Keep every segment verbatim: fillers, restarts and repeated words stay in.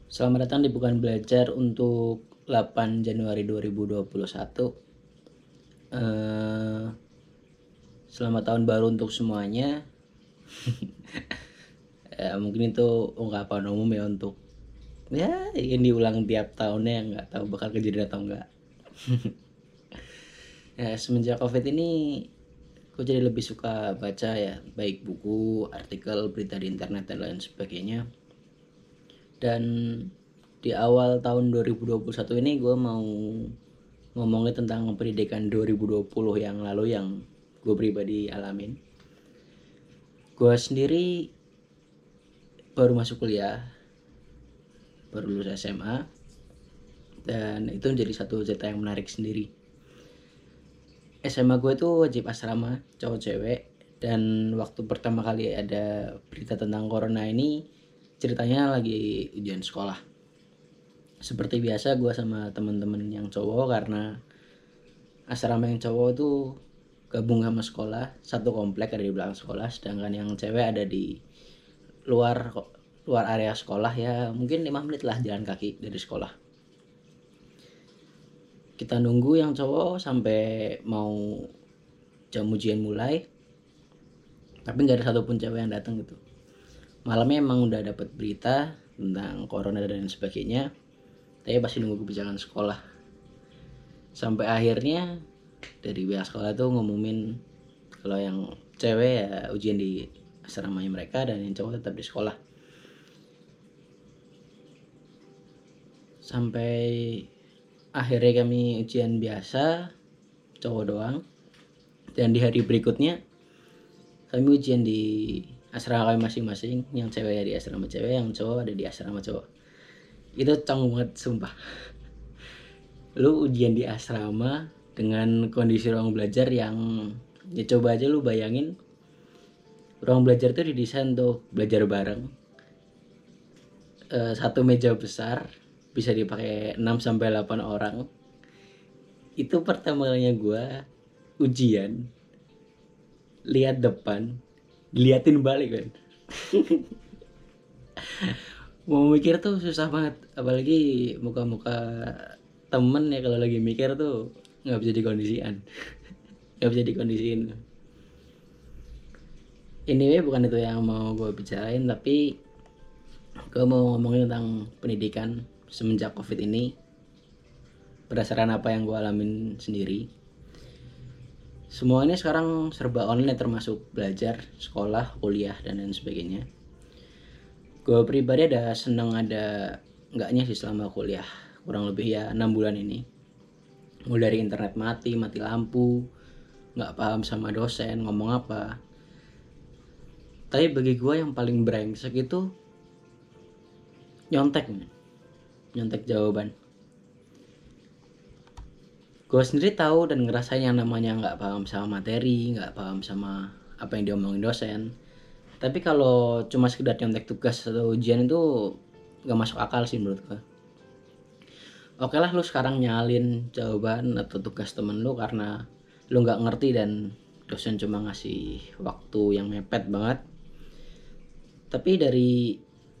Selamat datang di Bukan Belajar untuk delapan Januari dua ribu dua puluh satu. Eh, selamat tahun baru untuk semuanya. Ya, mungkin itu ungkapan umum ya untuk ya ini diulang tiap tahunnya, nggak tahu bakal kejadian atau enggak. Ya, semenjak COVID ini gue jadi lebih suka baca ya, baik buku, artikel, berita di internet dan lain sebagainya. Dan di awal tahun dua ribu dua puluh satu ini gue mau ngomongin tentang pendidikan dua ribu dua puluh yang lalu yang gue pribadi alamin. Gue sendiri baru masuk kuliah, baru lulus S M A, dan itu menjadi satu cerita yang menarik sendiri. S M A gue itu wajib asrama cowok cewek, dan waktu pertama kali ada berita tentang corona ini ceritanya lagi ujian sekolah. Seperti biasa gue sama teman-teman yang cowok, karena asrama yang cowok itu gabung sama sekolah, satu komplek ada di belakang sekolah, sedangkan yang cewek ada di luar luar area sekolah, ya mungkin lima menit lah jalan kaki dari sekolah. Kita nunggu yang cowok sampai mau jam ujian mulai, tapi nggak ada satupun cewek yang datang gitu. Malamnya emang udah dapat berita tentang corona dan sebagainya, tapi pasti nunggu kebijakan sekolah. Sampai akhirnya dari pihak sekolah tuh ngumumin kalau yang cewek ya ujian di asramanya mereka, dan yang cowok tetap di sekolah. Sampai akhirnya kami ujian biasa cowok doang, dan di hari berikutnya kami ujian di asrama kami masing-masing, yang cewek ya di asrama cewek, yang cowok ada di asrama cowok. Itu canggung banget sumpah. Lu ujian di asrama dengan kondisi ruang belajar yang ya coba aja lu bayangin, ruang belajar tuh didesain tuh belajar bareng, e, satu meja besar bisa dipakai enam sampai delapan orang. Itu pertama kalinya gue ujian lihat depan, diliatin balik kan. Mau mikir tuh susah banget, apalagi muka-muka temen ya kalau lagi mikir tuh nggak bisa dikondisiin. Nggak bisa dikondisiin. Anyway, bukan itu yang mau gue bicarain, tapi gue mau ngomongin tentang pendidikan semenjak COVID ini berdasarkan apa yang gue alamin sendiri. Semua ini sekarang serba online, termasuk belajar, sekolah, kuliah, dan lain sebagainya. Gue pribadi ada seneng ada enggaknya sih selama kuliah, kurang lebih ya enam bulan ini. Mulai dari internet mati, mati lampu, nggak paham sama dosen ngomong apa. Tapi bagi gue yang paling brengsek itu nyontek, nyontek jawaban. Gue sendiri tahu dan ngerasain yang namanya nggak paham sama materi, nggak paham sama apa yang diomongin dosen. Tapi kalau cuma sekedar nyontek tugas atau ujian itu nggak masuk akal sih menurut gue. Oke lah, lu sekarang nyalin jawaban atau tugas temen lu karena lu nggak ngerti dan dosen cuma ngasih waktu yang mepet banget. Tapi dari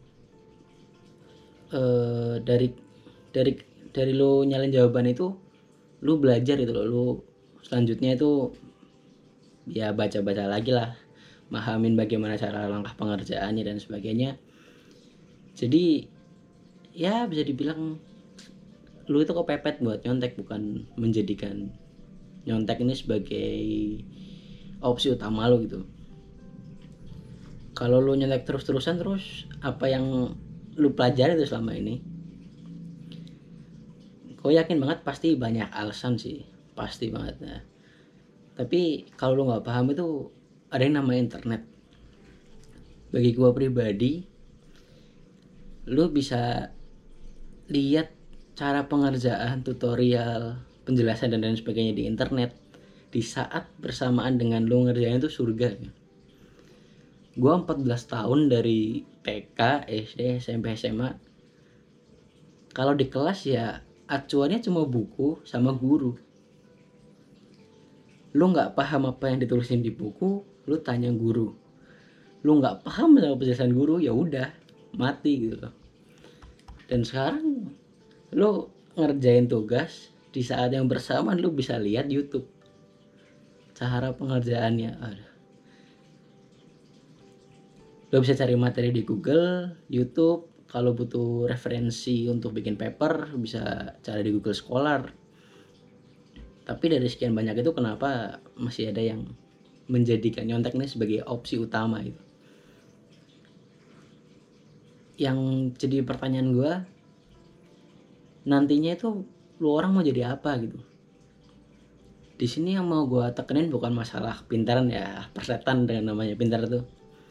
uh, dari dari dari lu nyalin jawaban itu, lu belajar itu loh. Lu selanjutnya itu ya baca-baca lagi lah, mahamin bagaimana cara langkah pengerjaannya dan sebagainya. Jadi ya bisa dibilang lu itu kepepet buat nyontek, bukan menjadikan nyontek ini sebagai opsi utama lu gitu. Kalau lu nyontek terus-terusan, terus apa yang lu pelajari itu selama ini? Gue yakin banget pasti banyak alasan sih, pasti banget ya. Tapi kalau lu nggak paham itu ada yang namanya internet. Bagi gue pribadi, lu bisa lihat cara pengerjaan, tutorial, penjelasan dan lain sebagainya di internet di saat bersamaan dengan lu ngerjain itu surga. Gue empat belas tahun dari T K, S D, S M P, S M A. Kalau di kelas ya acuannya cuma buku sama guru. Lu nggak paham apa yang ditulisin di buku, lu tanya guru. Lu nggak paham sama penjelasan guru, ya udah mati gitu loh. Dan sekarang lo ngerjain tugas di saat yang bersamaan lo bisa lihat YouTube cara pengerjaannya. Aduh. Lo bisa cari materi di Google, YouTube. Kalau butuh referensi untuk bikin paper bisa cari di Google Scholar. Tapi dari sekian banyak itu kenapa masih ada yang menjadikan nyontek ini sebagai opsi utama itu? Yang jadi pertanyaan gue, nantinya itu lu orang mau jadi apa gitu? Di sini yang mau gue tekenin bukan masalah pintaran ya, persetan dengan namanya pintar tuh.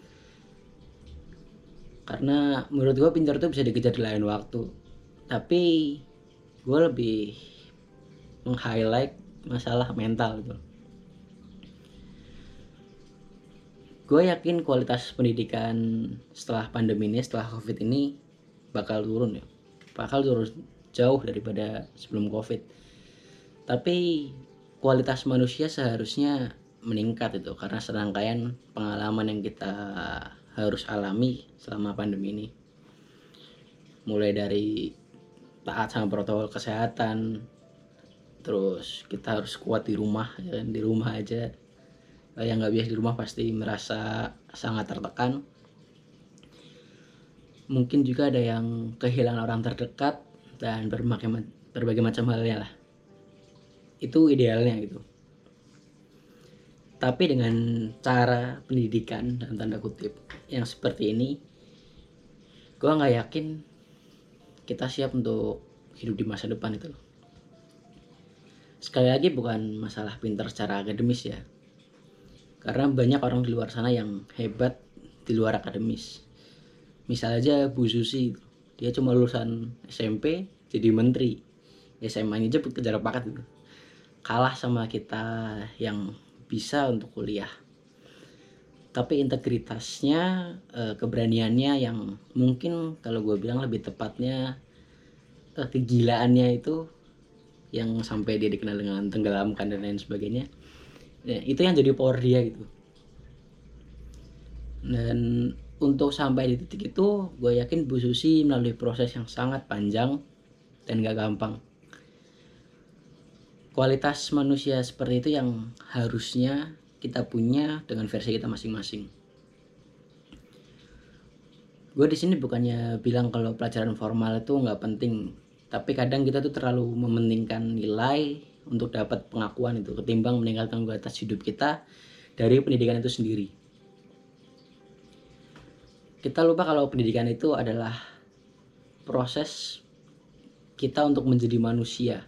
Karena menurut gue pintar tuh bisa dikejar di lain waktu. Tapi gue lebih meng-highlight masalah mental gitu. Gue yakin kualitas pendidikan setelah pandemi ini, setelah COVID ini bakal turun ya. Bakal turun jauh daripada sebelum COVID. Tapi kualitas manusia seharusnya meningkat itu karena serangkaian pengalaman yang kita harus alami selama pandemi ini. Mulai dari taat sama protokol kesehatan, terus kita harus kuat di rumah, ya, di rumah aja. Yang nggak biasa di rumah pasti merasa sangat tertekan. Mungkin juga ada yang kehilangan orang terdekat dan berbagai, berbagai macam halnya lah. Itu idealnya gitu. Tapi dengan cara pendidikan dalam tanda kutip yang seperti ini, gue nggak yakin kita siap untuk hidup di masa depan itu loh. Sekali lagi bukan masalah pintar secara akademis ya, karena banyak orang di luar sana yang hebat di luar akademis. Misal aja Bu Susi, dia cuma lulusan S M P jadi menteri, S M A-nya aja kejar paket gitu. Kalah sama kita yang bisa untuk kuliah. Tapi integritasnya, keberaniannya yang mungkin kalau gue bilang lebih tepatnya kegilaannya itu yang sampai dia dikenal dengan tenggelamkan dan lain sebagainya, ya, itu yang jadi power dia gitu. Dan untuk sampai di titik itu, gue yakin Bu Susi melalui proses yang sangat panjang dan gak gampang. Kualitas manusia seperti itu yang harusnya kita punya dengan versi kita masing-masing. Gue di sini bukannya bilang kalau pelajaran formal itu nggak penting, tapi kadang kita tuh terlalu mementingkan nilai untuk dapat pengakuan itu ketimbang meningkatkan kualitas hidup kita dari pendidikan itu sendiri. Kita lupa kalau pendidikan itu adalah proses kita untuk menjadi manusia.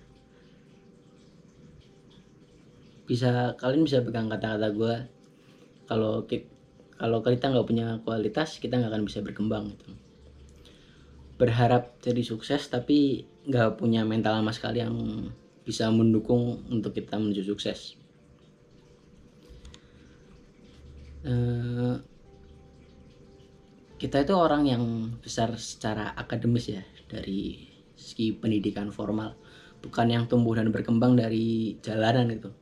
Bisa kalian bisa pegang kata-kata gue, kalau kalau kita nggak punya kualitas kita nggak akan bisa berkembang gitu. Berharap jadi sukses tapi nggak punya mental sama sekali yang bisa mendukung untuk kita menuju sukses. Uh, kita itu orang yang besar secara akademis ya, dari segi pendidikan formal, bukan yang tumbuh dan berkembang dari jalanan itu.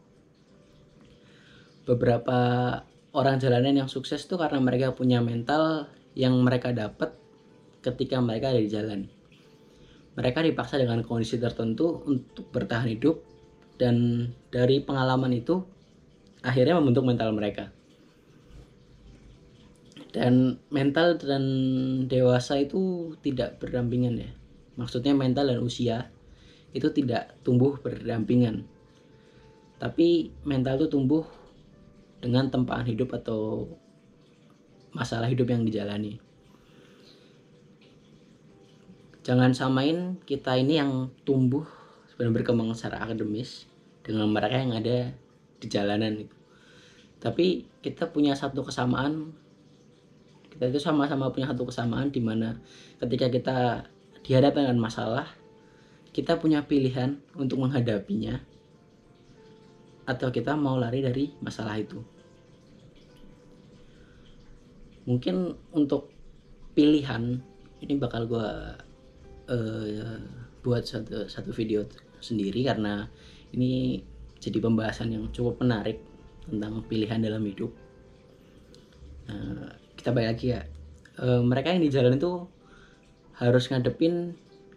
Beberapa orang jalanan yang sukses tuh karena mereka punya mental yang mereka dapat ketika mereka ada di jalan. Mereka dipaksa dengan kondisi tertentu untuk bertahan hidup, dan dari pengalaman itu akhirnya membentuk mental mereka. Dan mental dan dewasa itu tidak berdampingan ya. Maksudnya mental dan usia itu tidak tumbuh berdampingan. Tapi mental itu tumbuh dengan tempaan hidup atau masalah hidup yang dijalani. Jangan samain kita ini yang tumbuh dan berkembang secara akademis dengan mereka yang ada di jalanan itu. Tapi kita punya satu kesamaan, kita itu sama-sama punya satu kesamaan di mana ketika kita dihadapkan dengan masalah, kita punya pilihan untuk menghadapinya atau kita mau lari dari masalah itu. Mungkin untuk pilihan ini bakal gue uh, buat satu satu video sendiri karena ini jadi pembahasan yang cukup menarik tentang pilihan dalam hidup. Uh, kita balik lagi ya, uh, mereka yang di jalan itu harus ngadepin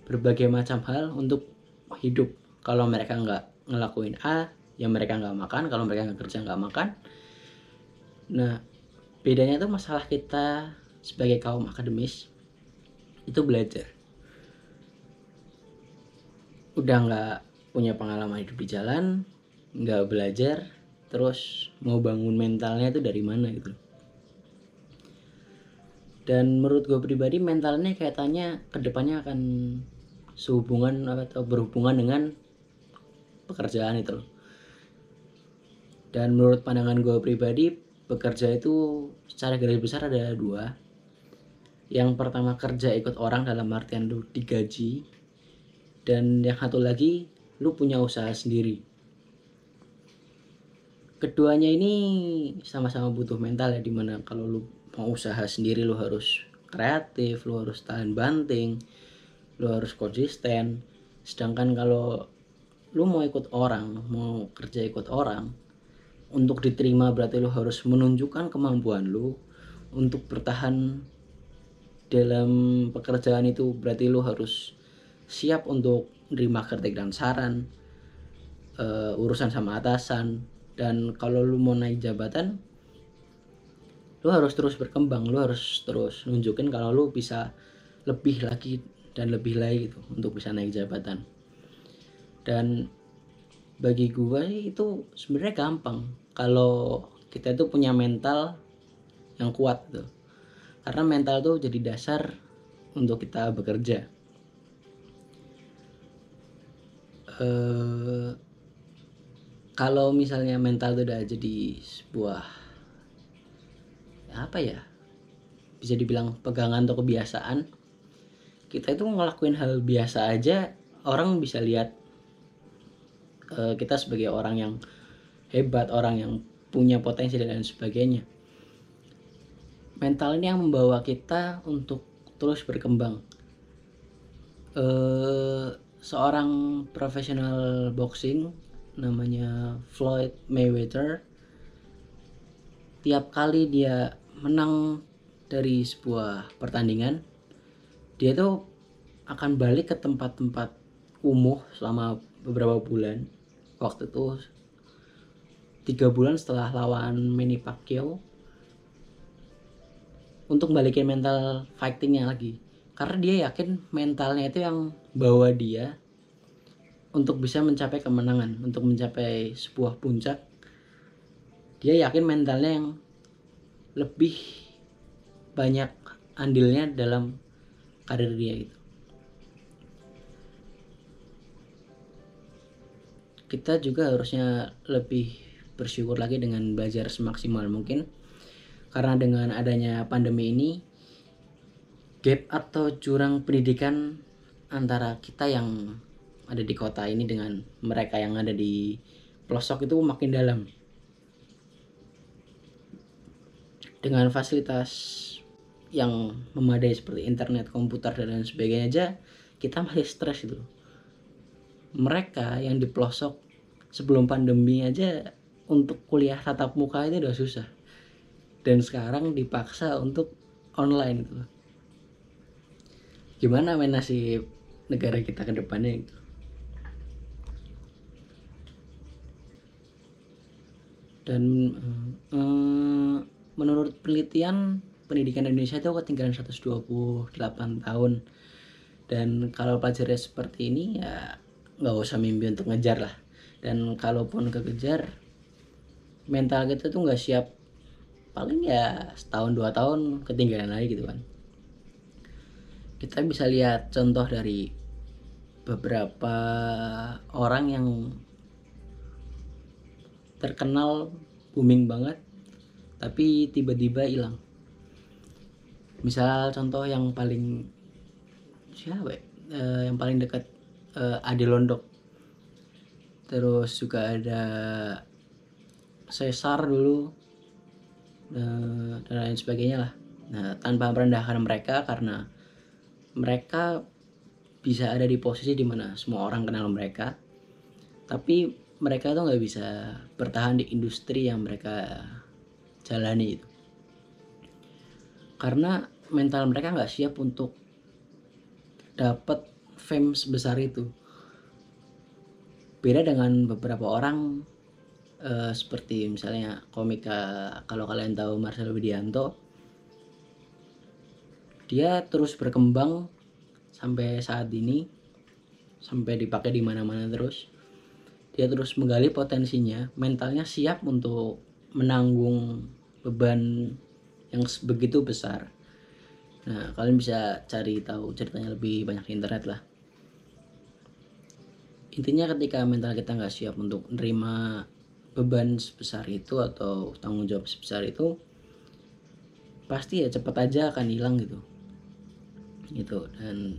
berbagai macam hal untuk hidup. Kalau mereka nggak ngelakuin A, ya mereka nggak makan. Kalau mereka nggak kerja, nggak makan. Nah, bedanya tuh masalah kita sebagai kaum akademis itu belajar. Udah nggak punya pengalaman hidup di jalan, nggak belajar, terus mau bangun mentalnya itu dari mana gitu. Dan menurut gue pribadi, mentalnya kaitannya kedepannya akan sehubungan atau berhubungan dengan pekerjaan itu loh. Dan menurut pandangan gue pribadi, bekerja itu secara garis besar ada dua. Yang pertama, kerja ikut orang dalam artian lu digaji, dan yang satu lagi lu punya usaha sendiri. Keduanya ini sama-sama butuh mental ya, dimana kalau lu mau usaha sendiri lu harus kreatif, lu harus tahan banting, lu harus konsisten. Sedangkan kalau lu mau ikut orang, mau kerja ikut orang, untuk diterima berarti lu harus menunjukkan kemampuan lu. Untuk bertahan dalam pekerjaan itu berarti lu harus siap untuk menerima kritik dan saran, uh, urusan sama atasan. Dan kalau lu mau naik jabatan, lu harus terus berkembang, lu harus terus nunjukin kalau lu bisa lebih lagi dan lebih lagi gitu untuk bisa naik jabatan. Dan bagi gue itu sebenarnya gampang kalau kita itu punya mental yang kuat gitu. Karena mental tuh jadi dasar untuk kita bekerja. Uh, kalau misalnya mental itu udah jadi sebuah apa ya, bisa dibilang pegangan atau kebiasaan, kita itu ngelakuin hal biasa aja orang bisa lihat uh, kita sebagai orang yang hebat, orang yang punya potensi dan lain sebagainya. Mental ini yang membawa kita untuk terus berkembang. Uh, seorang profesional boxing namanya Floyd Mayweather, tiap kali dia menang dari sebuah pertandingan, dia tuh akan balik ke tempat-tempat kumuh selama beberapa bulan. Waktu itu tiga bulan setelah lawan Manny Pacquiao, untuk balikin mental fightingnya lagi. Karena dia yakin mentalnya itu yang bawa dia untuk bisa mencapai kemenangan, untuk mencapai sebuah puncak. Dia yakin mentalnya yang lebih banyak andilnya dalam karir dia gitu. Kita juga harusnya lebih bersyukur lagi dengan belajar semaksimal mungkin. Karena dengan adanya pandemi ini, gap atau jurang pendidikan antara kita yang ada di kota ini dengan mereka yang ada di pelosok itu makin dalam. Dengan fasilitas yang memadai seperti internet, komputer, dan lain sebagainya aja, kita masih stres gitu. Mereka yang di pelosok sebelum pandemi aja untuk kuliah tatap muka itu udah susah, dan sekarang dipaksa untuk online gitu. Gimana men nasib negara kita ke depannya gitu. Dan eh, menurut penelitian, pendidikan Indonesia itu ketinggalan seratus dua puluh delapan tahun. Dan kalau pelajarnya seperti ini ya nggak usah mimpi untuk ngejar lah. Dan kalaupun kekejar, mental kita tuh nggak siap, paling ya setahun dua tahun ketinggalan lagi gitu kan. Kita bisa lihat contoh dari beberapa orang yang terkenal booming banget tapi tiba-tiba hilang. Misal contoh yang paling siapa ya? Uh, yang paling dekat uh, Ade Londok. Terus juga ada Cesar dulu uh, dan lain sebagainya lah. Nah, tanpa merendahkan mereka, karena mereka bisa ada di posisi dimana semua orang kenal mereka, tapi mereka tuh nggak bisa bertahan di industri yang mereka jalani itu. Karena mental mereka nggak siap untuk dapat fame sebesar itu. Beda dengan beberapa orang uh, seperti misalnya komika, kalau kalian tahu Marcel Widianto, dia terus berkembang sampai saat ini, sampai dipakai di mana-mana terus. Dia terus menggali potensinya, mentalnya siap untuk menanggung beban yang begitu besar. Nah, kalian bisa cari tahu ceritanya lebih banyak di internet lah. Intinya ketika mental kita nggak siap untuk menerima beban sebesar itu atau tanggung jawab sebesar itu, pasti ya cepat aja akan hilang gitu. Gitu. Dan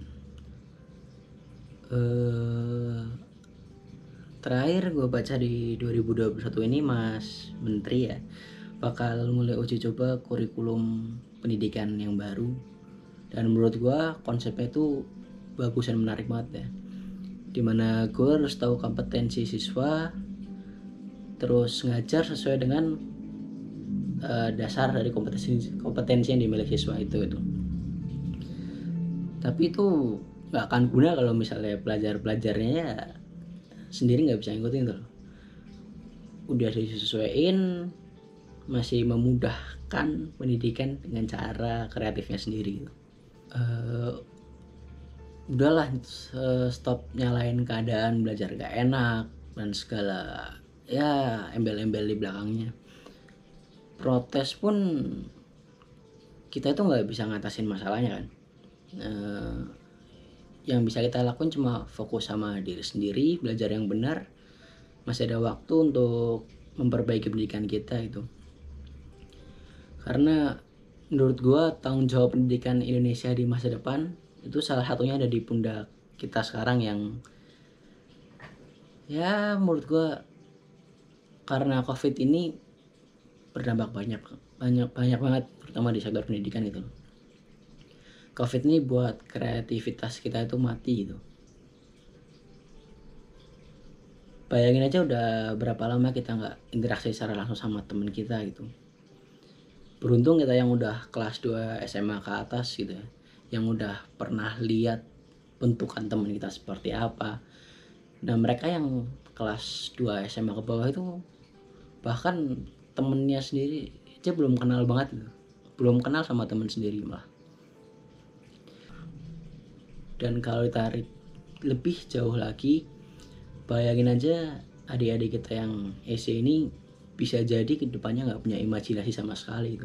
eh, terakhir gue baca di dua ribu dua puluh satu ini, Mas Menteri ya bakal mulai uji coba kurikulum pendidikan yang baru, dan menurut gue konsepnya itu bagus dan menarik banget ya, dimana gue harus tahu kompetensi siswa, terus ngajar sesuai dengan uh, dasar dari kompetensi kompetensi yang dimiliki siswa itu itu. Tapi itu nggak akan guna kalau misalnya pelajar-pelajarnya ya sendiri nggak bisa ngikutin tuh. Udah disesuaiin, masih memudahkan pendidikan dengan cara kreatifnya sendiri gitu. Uh, udahlah stop nyalain keadaan belajar gak enak dan segala ya embel-embel di belakangnya. Protes pun kita itu nggak bisa ngatasin masalahnya kan. Uh, yang bisa kita lakukan cuma fokus sama diri sendiri, belajar yang benar, masih ada waktu untuk memperbaiki pendidikan kita itu. Karena menurut gue tanggung jawab pendidikan Indonesia di masa depan itu salah satunya ada di pundak kita sekarang, yang ya menurut gue karena COVID ini berdampak banyak banyak banyak banget, terutama di sektor pendidikan itu. COVID ini buat kreativitas kita itu mati gitu. Bayangin aja udah berapa lama kita nggak interaksi secara langsung sama temen kita gitu. Beruntung kita yang udah kelas dua S M A ke atas gitu ya, yang udah pernah lihat bentukan teman kita seperti apa. Nah mereka yang kelas dua S M A ke bawah itu bahkan temennya sendiri aja belum kenal banget gitu. Belum kenal sama temen sendiri malah. Dan kalau ditarik lebih jauh lagi, bayangin aja adik-adik kita yang S D ini bisa jadi kedepannya nggak punya imajinasi sama sekali gitu.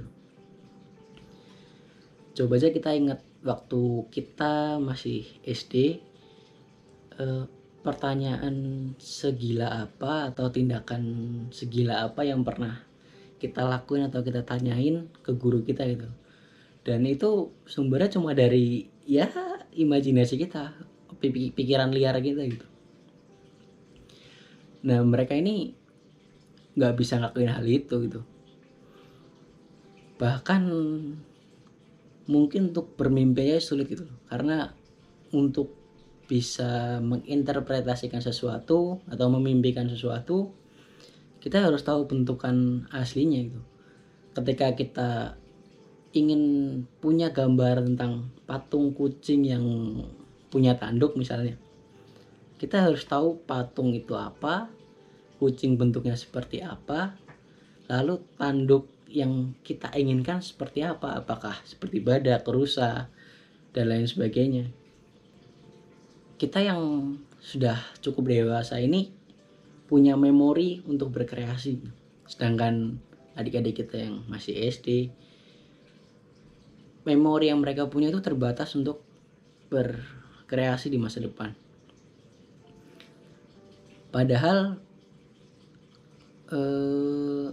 Coba aja kita ingat waktu kita masih S D, eh, pertanyaan segila apa atau tindakan segila apa yang pernah kita lakuin atau kita tanyain ke guru kita gitu. Dan itu sumbernya cuma dari ya imajinasi kita, pikiran liar kita gitu. Nah mereka ini nggak bisa ngelakuin hal itu gitu. Bahkan mungkin untuk bermimpi aja sulit gitu, karena untuk bisa menginterpretasikan sesuatu atau memimpikan sesuatu, kita harus tahu bentukan aslinya gitu. Ketika kita ingin punya gambar tentang patung kucing yang punya tanduk misalnya, kita harus tahu patung itu apa, kucing bentuknya seperti apa, lalu tanduk yang kita inginkan seperti apa, apakah seperti badak, rusa, dan lain sebagainya. Kita yang sudah cukup dewasa ini punya memori untuk berkreasi, sedangkan adik-adik kita yang masih S D, memori yang mereka punya itu terbatas untuk berkreasi di masa depan. Padahal eh,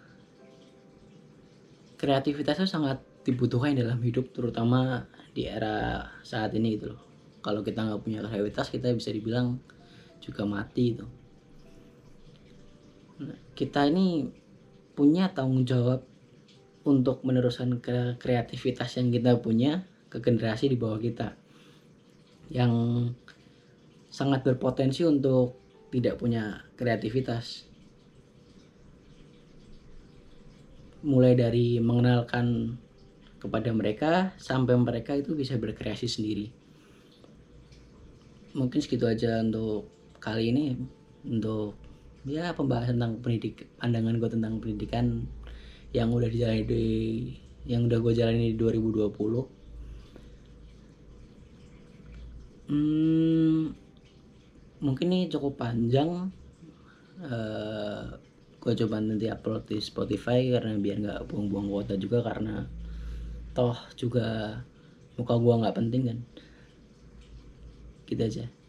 kreativitas itu sangat dibutuhkan dalam hidup, terutama di era saat ini gitu loh. Kalau kita nggak punya kreativitas, kita bisa dibilang juga mati itu. Nah, kita ini punya tanggung jawab untuk meneruskan ke kreativitas yang kita punya ke generasi di bawah kita yang sangat berpotensi untuk tidak punya kreativitas. Mulai dari mengenalkan kepada mereka sampai mereka itu bisa berkreasi sendiri. mungkin segitu aja untuk kali ini, untuk ya pembahasan tentang pendidik, pandangan gue tentang pendidikan yang udah dijalani di yang udah gue jalani di dua ribu dua puluh. Hmm, mungkin ini cukup panjang. Uh, gue coba nanti upload di Spotify karena biar nggak buang-buang kuota juga, karena toh juga muka gue nggak penting kan. Gitu aja.